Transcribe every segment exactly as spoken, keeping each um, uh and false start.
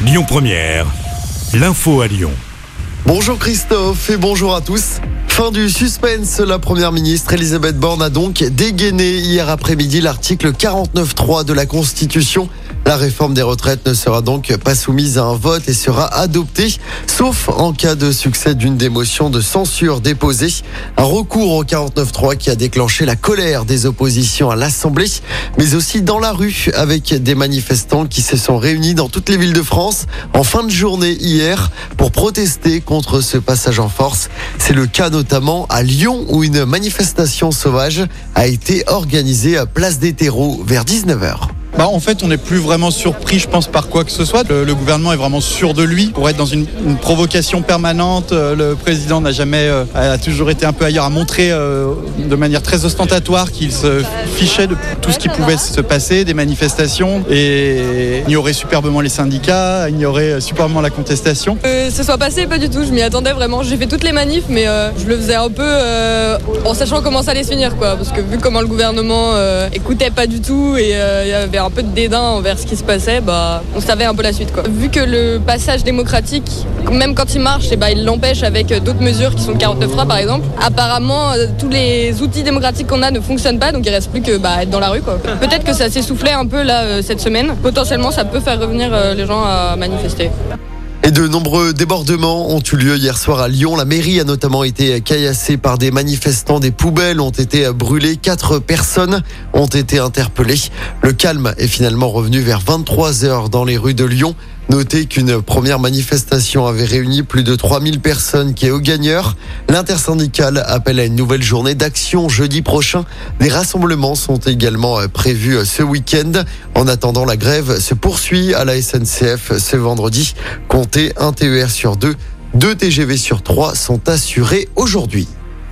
Lyon Première, l'info à Lyon. Bonjour Christophe et bonjour à tous. Fin du suspense, la première ministre Elisabeth Borne a donc dégainé hier après-midi l'article quarante-neuf trois de la Constitution. La réforme des retraites ne sera donc pas soumise à un vote et sera adoptée, sauf en cas de succès d'une des motions de censure déposée. Un recours au quarante-neuf trois qui a déclenché la colère des oppositions à l'Assemblée, mais aussi dans la rue avec des manifestants qui se sont réunis dans toutes les villes de France en fin de journée hier pour protester contre ce passage en force. C'est le cas notamment à Lyon où une manifestation sauvage a été organisée à Place des Terreaux vers dix-neuf heures. Bah en fait, on n'est plus vraiment surpris, je pense, par quoi que ce soit. Le, le gouvernement est vraiment sûr de lui pour être dans une, une provocation permanente. Le président n'a jamais, euh, a toujours été un peu ailleurs, a montré euh, de manière très ostentatoire qu'il se fichait de tout ce qui pouvait se passer, des manifestations, et ignorait superbement les syndicats, ignorait superbement la contestation. Euh, ce soit passé, pas du tout. Je m'y attendais vraiment. J'ai fait toutes les manifs, mais euh, je le faisais un peu euh, en sachant comment ça allait se finir, quoi. Parce que vu comment le gouvernement euh, écoutait pas du tout et euh, il y avait un peu de dédain envers ce qui se passait, bah, on savait un peu la suite, quoi. Vu que le passage démocratique, même quand il marche, et bah, il l'empêche avec d'autres mesures qui sont le quarante-neuf trois par exemple. Apparemment, euh, tous les outils démocratiques qu'on a ne fonctionnent pas, donc il reste plus que bah, être dans la rue, quoi. Peut-être que ça s'essoufflait un peu là euh, cette semaine. Potentiellement, ça peut faire revenir euh, les gens à manifester. Et de nombreux débordements ont eu lieu hier soir à Lyon. La mairie a notamment été caillassée par des manifestants. Des poubelles ont été brûlées. Quatre personnes ont été interpellées. Le calme est finalement revenu vers vingt-trois heures dans les rues de Lyon. Notez qu'une première manifestation avait réuni plus de trois mille personnes qui est au gagneur. L'intersyndicale appelle à une nouvelle journée d'action jeudi prochain. Des rassemblements sont également prévus ce week-end. En attendant, la grève se poursuit à la S N C F ce vendredi. Comptez un T E R sur deux, deux T G V sur trois sont assurés aujourd'hui.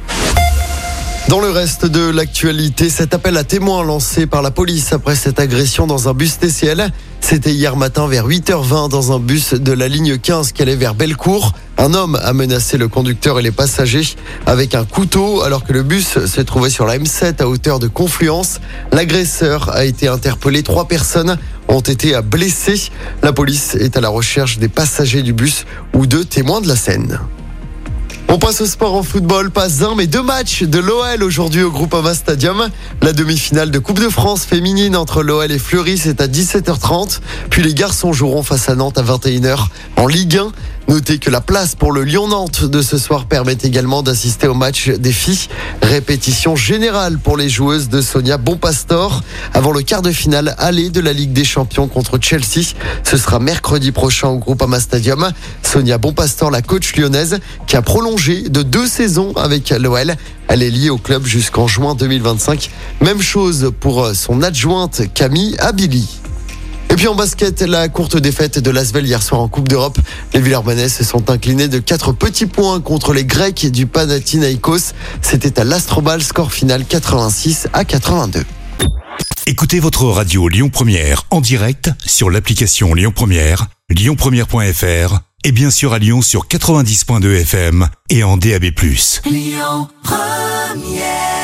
Dans le reste de l'actualité, cet appel à témoins lancé par la police après cette agression dans un bus T C L. C'était hier matin vers huit heures vingt dans un bus de la ligne quinze qui allait vers Bellecour. Un homme a menacé le conducteur et les passagers avec un couteau alors que le bus se trouvait sur la M sept à hauteur de Confluence. L'agresseur a été interpellé. Trois personnes ont été blessées. La police est à la recherche des passagers du bus ou de témoins de la scène. On passe au sport en football, pas un mais deux matchs de l'O L aujourd'hui au Groupama Stadium. La demi-finale de Coupe de France féminine entre l'O L et Fleury, c'est à dix-sept heures trente. Puis les garçons joueront face à Nantes à vingt et une heures en Ligue un. Notez que la place pour le Lyon-Nantes de ce soir permet également d'assister au match des filles. Répétition générale pour les joueuses de Sonia Bonpastor avant le quart de finale aller de la Ligue des Champions contre Chelsea. Ce sera mercredi prochain au Groupama Stadium. Sonia Bonpastor, la coach lyonnaise, qui a prolongé de deux saisons avec l'O L. Elle est liée au club jusqu'en juin deux mille vingt-cinq. Même chose pour son adjointe Camille Abili. Et puis en basket, la courte défaite de l'Asvel hier soir en Coupe d'Europe. Les Villeurbanais se sont inclinés de quatre petits points contre les Grecs du Panathinaïkos. C'était à l'Astrobal, score final quatre-vingt-six à quatre-vingt-deux. Écoutez votre radio Lyon Première en direct sur l'application Lyon Première, lyon première point f r et bien sûr à Lyon sur quatre-vingt-dix point deux F M et en D A B plus. Lyon Première.